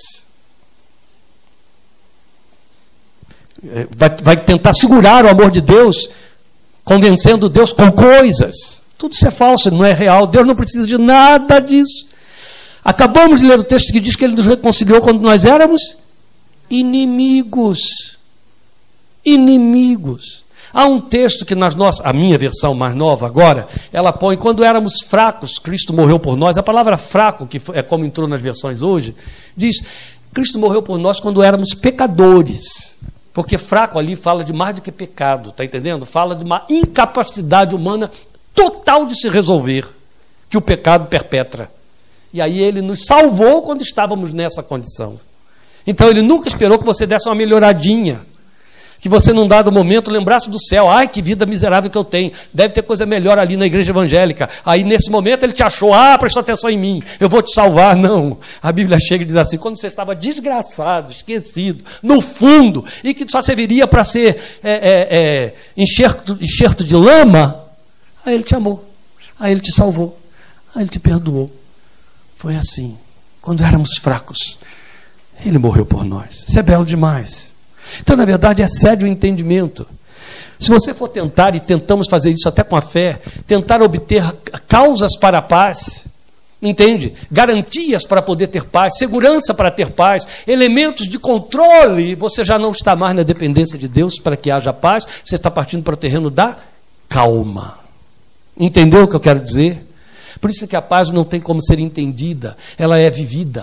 Vai, vai tentar segurar o amor de Deus, convencendo Deus com coisas. Tudo isso é falso, não é real. Deus não precisa de nada disso. Acabamos de ler o texto que diz que Ele nos reconciliou quando nós éramos inimigos. Inimigos. Há um texto que nas nossas, a minha versão mais nova agora, ela põe, quando éramos fracos, Cristo morreu por nós. A palavra fraco, que é como entrou nas versões hoje, diz, Cristo morreu por nós quando éramos pecadores. Porque fraco ali fala de mais do que pecado, está entendendo? Fala de uma incapacidade humana total de se resolver, que o pecado perpetra. E aí Ele nos salvou quando estávamos nessa condição. Então Ele nunca esperou que você desse uma melhoradinha, que você num dado momento lembrasse do céu. Ai, que vida miserável que eu tenho, deve ter coisa melhor ali na igreja evangélica. Aí nesse momento Ele te achou, ah, prestou atenção em mim, eu vou te salvar. Não, a Bíblia chega e diz assim, quando você estava desgraçado, esquecido, no fundo, e que só serviria para ser é, é, é, enxerto, enxerto de lama, aí Ele te amou, aí Ele te salvou, aí Ele te perdoou. Foi assim, quando éramos fracos, Ele morreu por nós. Isso é belo demais. Então, na verdade, excede o entendimento. Se você for tentar, e tentamos fazer isso até com a fé, tentar obter causas para a paz, entende? Garantias para poder ter paz, segurança para ter paz, elementos de controle, você já não está mais na dependência de Deus para que haja paz, você está partindo para o terreno da calma. Entendeu o que eu quero dizer? Por isso que a paz não tem como ser entendida, ela é vivida.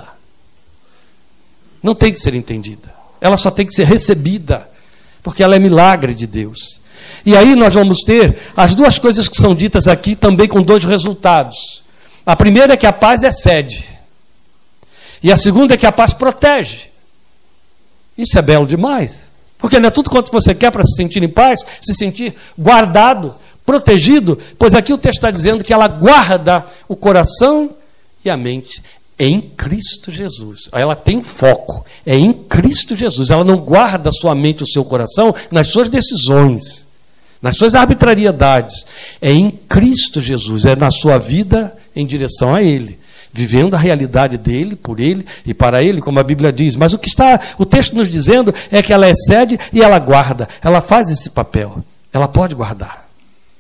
Não tem que ser entendida. Ela só tem que ser recebida, porque ela é milagre de Deus. E aí nós vamos ter as duas coisas que são ditas aqui também com dois resultados. A primeira é que a paz excede. E a segunda é que a paz protege. Isso é belo demais. Porque não é tudo quanto você quer para se sentir em paz, se sentir guardado, protegido, pois aqui o texto está dizendo que ela guarda o coração e a mente em Cristo Jesus. Ela tem foco, é em Cristo Jesus. Ela não guarda a sua mente, o seu coração, nas suas decisões, nas suas arbitrariedades. É em Cristo Jesus, é na sua vida em direção a Ele, vivendo a realidade dele, por Ele e para Ele, como a Bíblia diz. Mas o que está o texto nos dizendo é que ela excede e ela guarda. Ela faz esse papel. Ela pode guardar.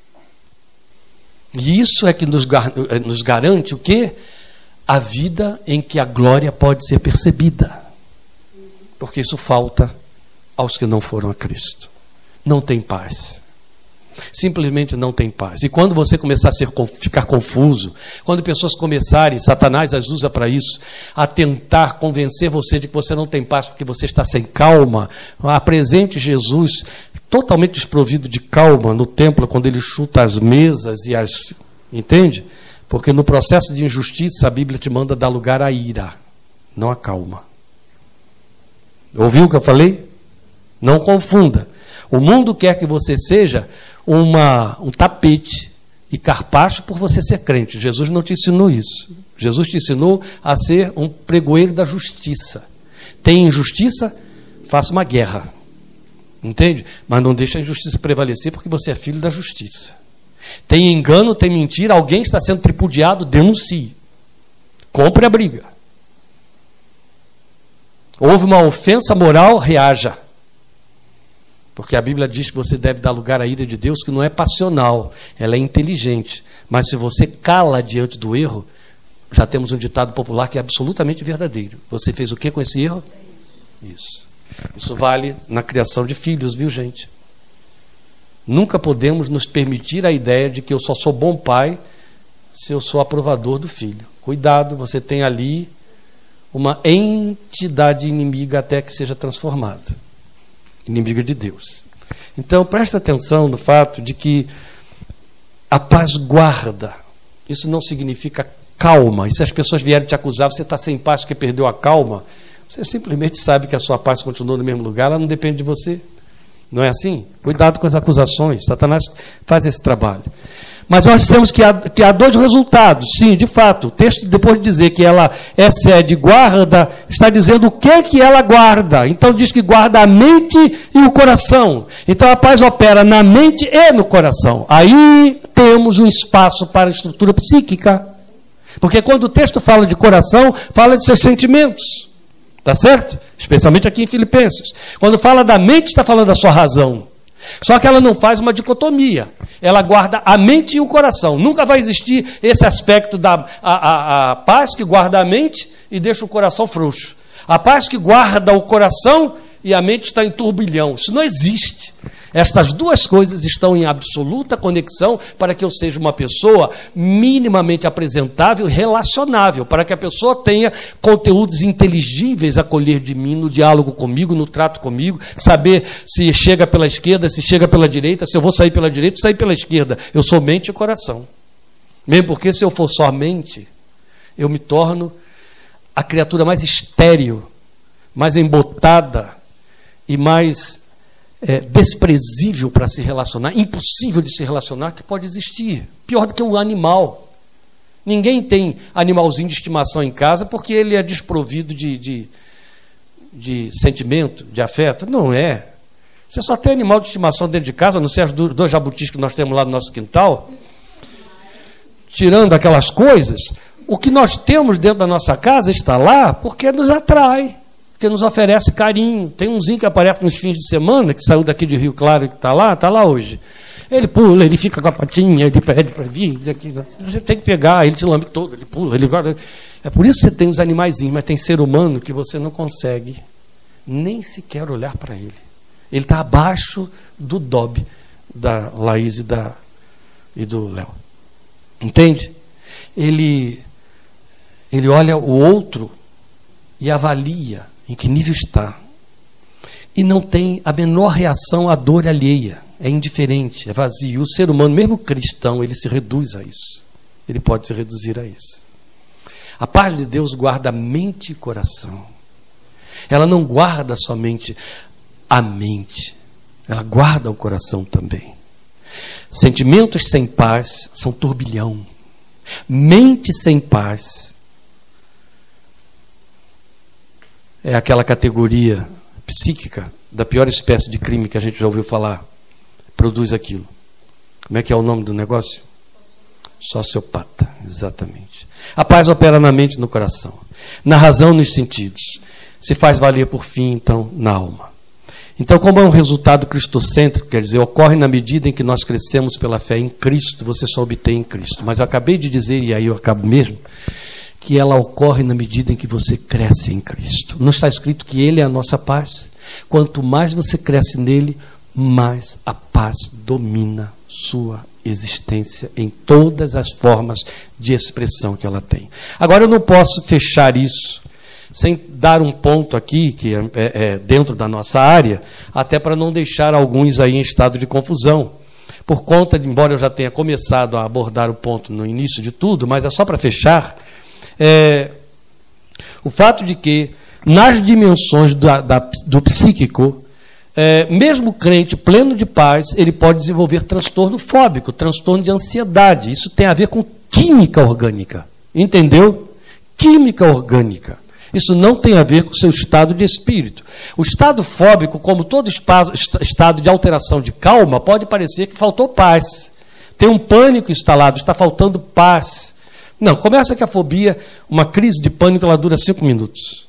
E isso é que nos, nos garante o quê? A vida em que a glória pode ser percebida. Porque isso falta aos que não foram a Cristo. Não tem paz. Simplesmente não tem paz. E quando você começar a ser, ficar confuso, quando pessoas começarem, Satanás as usa para isso, a tentar convencer você de que você não tem paz porque você está sem calma, apresente Jesus totalmente desprovido de calma no templo, quando ele chuta as mesas e as... Entende? Porque no processo de injustiça a Bíblia te manda dar lugar à ira, não à calma. Ouviu o que eu falei? Não confunda. O mundo quer que você seja uma, um tapete e carpacho por você ser crente. Jesus não te ensinou isso. Jesus te ensinou a ser um pregoeiro da justiça. Tem injustiça? Faça uma guerra. Entende? Mas não deixe a injustiça prevalecer porque você é filho da justiça. Tem engano, tem mentira, alguém está sendo tripudiado, denuncie. Compre a briga. Houve uma ofensa moral, reaja. Porque a Bíblia diz que você deve dar lugar à ira de Deus, que não é passional, ela é inteligente. Mas se você cala diante do erro, já temos um ditado popular que é absolutamente verdadeiro. Você fez o que com esse erro? Isso. Isso vale na criação de filhos, viu, gente? Nunca podemos nos permitir a ideia de que eu só sou bom pai se eu sou aprovador do filho. Cuidado, você tem ali uma entidade inimiga até que seja transformada. Inimiga de Deus. Então, presta atenção no fato de que a paz guarda. Isso não significa calma. E se as pessoas vierem te acusar, você está sem paz porque perdeu a calma, você simplesmente sabe que a sua paz continua no mesmo lugar, ela não depende de você. Não é assim? Cuidado com as acusações. Satanás faz esse trabalho. Mas nós dissemos que há, que há dois resultados. Sim, de fato. O texto, depois de dizer que ela excede, guarda, está dizendo o que é que ela guarda. Então diz que guarda a mente e o coração. Então a paz opera na mente e no coração. Aí temos um espaço para a estrutura psíquica. Porque quando o texto fala de coração, fala de seus sentimentos. Está certo? Especialmente aqui em Filipenses. Quando fala da mente, está falando da sua razão. Só que ela não faz uma dicotomia. Ela guarda a mente e o coração. Nunca vai existir esse aspecto da a, a, a paz que guarda a mente e deixa o coração frouxo. A paz que guarda o coração e a mente está em turbilhão. Isso não existe. Estas duas coisas estão em absoluta conexão para que eu seja uma pessoa minimamente apresentável e relacionável, para que a pessoa tenha conteúdos inteligíveis a colher de mim no diálogo comigo, no trato comigo, saber se chega pela esquerda, se chega pela direita, se eu vou sair pela direita, sair pela esquerda. Eu sou mente e coração. Mesmo porque se eu for só mente, eu me torno a criatura mais estéril, mais embotada e mais... É, desprezível para se relacionar, impossível de se relacionar, que pode existir. Pior do que um animal. Ninguém tem animalzinho de estimação em casa porque ele é desprovido de, de, de sentimento, de afeto. Não é. Você só tem animal de estimação dentro de casa, a não ser os dois jabutis que nós temos lá no nosso quintal. Tirando aquelas coisas, o que nós temos dentro da nossa casa está lá porque nos atrai, porque nos oferece carinho. Tem umzinho que aparece nos fins de semana, que saiu daqui de Rio Claro e que está lá, está lá hoje. Ele pula, ele fica com a patinha, ele pede para vir. Você tem que pegar, ele te lambe todo, ele pula. Ele... É por isso que você tem os animaizinhos, mas tem ser humano que você não consegue nem sequer olhar para ele. Ele está abaixo do Dob, da Laís e, da... e do Léo. Entende? Ele, ele olha o outro e avalia em que nível está. e não tem a menor reação à dor alheia. É indiferente, é vazio. O ser humano, mesmo cristão, ele se reduz a isso. Ele pode se reduzir a isso. A paz de Deus guarda mente e coração. Ela não guarda somente a mente, ela guarda o coração também. Sentimentos sem paz são turbilhão. Mente sem paz é aquela categoria psíquica da pior espécie de crime que a gente já ouviu falar. Produz aquilo. Como é que é o nome do negócio? Sociopata, exatamente. A paz opera na mente e no coração, na razão e nos sentidos. Se faz valer por fim, então, na alma. Então, como é um resultado cristocêntrico, quer dizer, ocorre na medida em que nós crescemos pela fé em Cristo, você só obtém em Cristo. Mas eu acabei de dizer, e aí eu acabo mesmo, que ela ocorre na medida em que você cresce em Cristo. Não está escrito que Ele é a nossa paz? Quanto mais você cresce nele, mais a paz domina sua existência em todas as formas de expressão que ela tem. Agora, eu não posso fechar isso sem dar um ponto aqui, que é, é dentro da nossa área, até para não deixar alguns aí em estado de confusão. Por conta, de, embora eu já tenha começado a abordar o ponto no início de tudo, mas é só para fechar, é, o fato de que, nas dimensões da, da, do psíquico, é, mesmo crente pleno de paz, ele pode desenvolver transtorno fóbico, transtorno de ansiedade. Isso tem a ver com química orgânica. Entendeu? Química orgânica. Isso não tem a ver com o seu estado de espírito. O estado fóbico, como todo estado de alteração de calma, pode parecer que faltou paz. Tem um pânico instalado, está faltando paz. Não, começa que a fobia, uma crise de pânico, ela dura cinco minutos.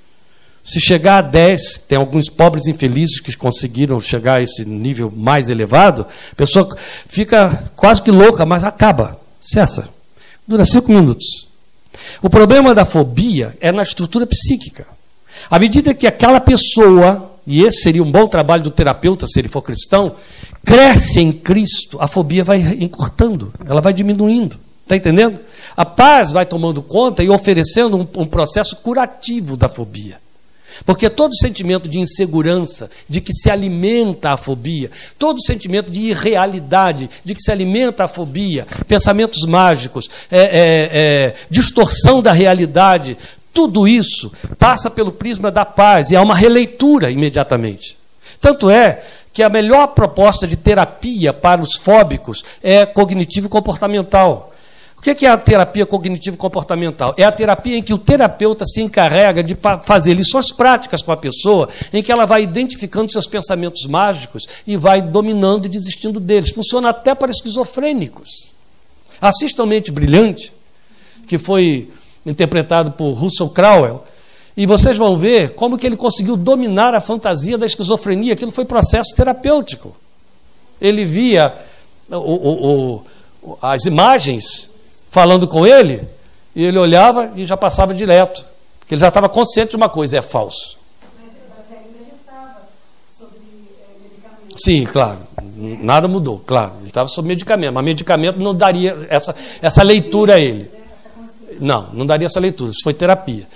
Se chegar a dez, tem alguns pobres infelizes que conseguiram chegar a esse nível mais elevado, a pessoa fica quase que louca, mas acaba, cessa. Dura cinco minutos. O problema da fobia é na estrutura psíquica. À medida que aquela pessoa, e esse seria um bom trabalho do terapeuta, se ele for cristão, cresce em Cristo, a fobia vai encurtando, ela vai diminuindo. Está entendendo? A paz vai tomando conta e oferecendo um, um processo curativo da fobia. Porque todo sentimento de insegurança, de que se alimenta a fobia, todo sentimento de irrealidade, de que se alimenta a fobia, pensamentos mágicos, é, é, é, distorção da realidade, tudo isso passa pelo prisma da paz e há uma releitura imediatamente. Tanto é que a melhor proposta de terapia para os fóbicos é cognitivo-comportamental. O que é a terapia cognitivo-comportamental? É a terapia em que o terapeuta se encarrega de fazer lições práticas com a pessoa, em que ela vai identificando seus pensamentos mágicos e vai dominando e desistindo deles. Funciona até para esquizofrênicos. Assistam Mente Brilhante, que foi interpretado por Russell Crowe, e vocês vão ver como que ele conseguiu dominar a fantasia da esquizofrenia. Aquilo foi processo terapêutico. Ele via o, o, o, as imagens falando com ele, e ele olhava e já passava direto, porque ele já estava consciente de uma coisa, é falso. Mas ainda ele estava sobre medicamento. Sim, claro, nada mudou, claro, ele estava sob medicamento, mas medicamento não daria essa, essa leitura a ele. Não, não daria essa leitura, isso foi terapia.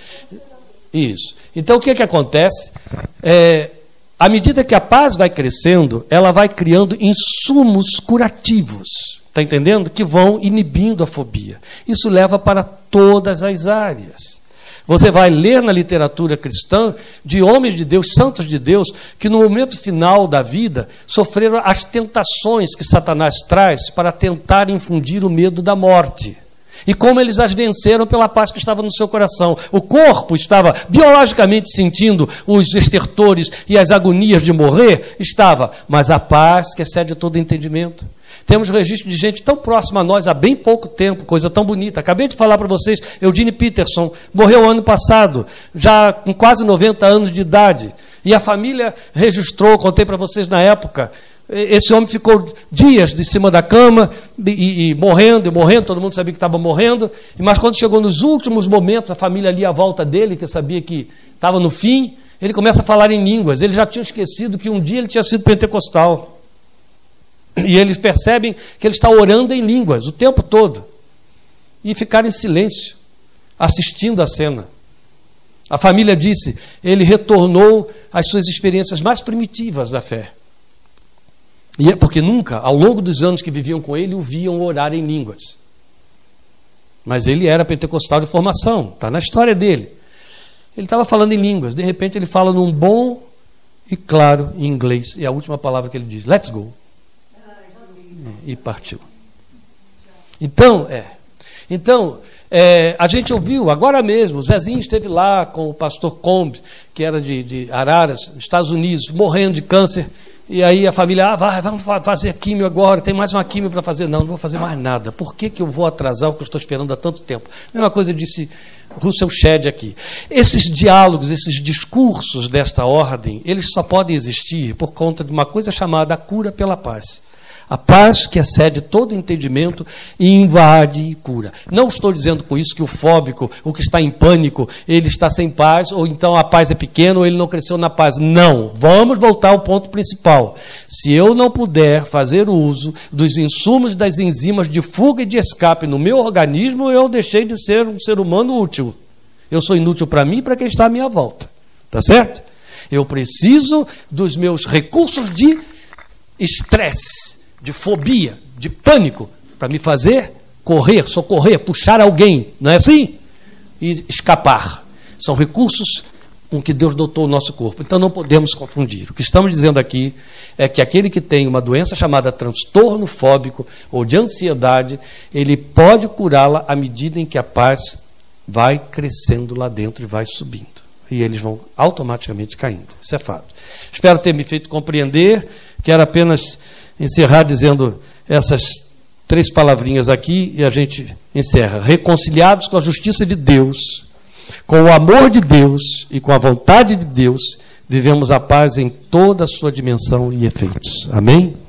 Isso. Então, o que, que acontece? É, à medida que a paz vai crescendo, ela vai criando insumos curativos. Está entendendo? Que vão inibindo a fobia. Isso leva para todas as áreas. Você vai ler na literatura cristã de homens de Deus, santos de Deus, que no momento final da vida sofreram as tentações que Satanás traz para tentar infundir o medo da morte. E como eles as venceram pela paz que estava no seu coração. O corpo estava biologicamente sentindo os estertores e as agonias de morrer, estava, mas a paz que excede todo entendimento. Temos registro de gente tão próxima a nós há bem pouco tempo, coisa tão bonita. Acabei de falar para vocês, Eugene Peterson morreu ano passado, já com quase noventa anos de idade. E a família registrou, contei para vocês na época, esse homem ficou dias de cima da cama, e, e morrendo, e morrendo, todo mundo sabia que estava morrendo, mas quando chegou nos últimos momentos, a família ali à volta dele, que sabia que estava no fim, ele começa a falar em línguas. Ele já tinha esquecido que um dia ele tinha sido pentecostal. E eles percebem que ele está orando em línguas o tempo todo. E ficaram em silêncio, assistindo a cena. A família disse, ele retornou às suas experiências mais primitivas da fé. E é porque nunca, ao longo dos anos que viviam com ele, o viam orar em línguas. Mas ele era pentecostal de formação, está na história dele. Ele estava falando em línguas, de repente ele fala num bom e claro em inglês, e a última palavra que ele diz, let's go. E partiu. Então, é. Então, é, a gente ouviu agora mesmo, o Zezinho esteve lá com o pastor Combe, que era de, de Araras, Estados Unidos, morrendo de câncer. E aí a família, ah, vai, vamos fazer químio agora, tem mais uma químio para fazer. Não, não vou fazer mais nada. Por que, que eu vou atrasar o que eu estou esperando há tanto tempo? Mesma coisa disse Russell Shedd aqui. Esses diálogos, esses discursos desta ordem, eles só podem existir por conta de uma coisa chamada a cura pela paz. A paz que excede todo entendimento e invade e cura. Não estou dizendo com isso que o fóbico, o que está em pânico, ele está sem paz, ou então a paz é pequena, ou ele não cresceu na paz. Não. Vamos voltar ao ponto principal. Se eu não puder fazer uso dos insumos das enzimas de fuga e de escape no meu organismo, eu deixei de ser um ser humano útil. Eu sou inútil para mim e para quem está à minha volta. Tá certo? Eu preciso dos meus recursos de estresse, de fobia, de pânico, para me fazer correr, socorrer, puxar alguém, não é assim? E escapar. São recursos com que Deus dotou o nosso corpo. Então não podemos confundir. O que estamos dizendo aqui é que aquele que tem uma doença chamada transtorno fóbico ou de ansiedade, ele pode curá-la à medida em que a paz vai crescendo lá dentro e vai subindo. E eles vão automaticamente caindo. Isso é fato. Espero ter me feito compreender. Quero apenas encerrar dizendo essas três palavrinhas aqui e a gente encerra. Reconciliados com a justiça de Deus, com o amor de Deus e com a vontade de Deus, vivemos a paz em toda a sua dimensão e efeitos. Amém?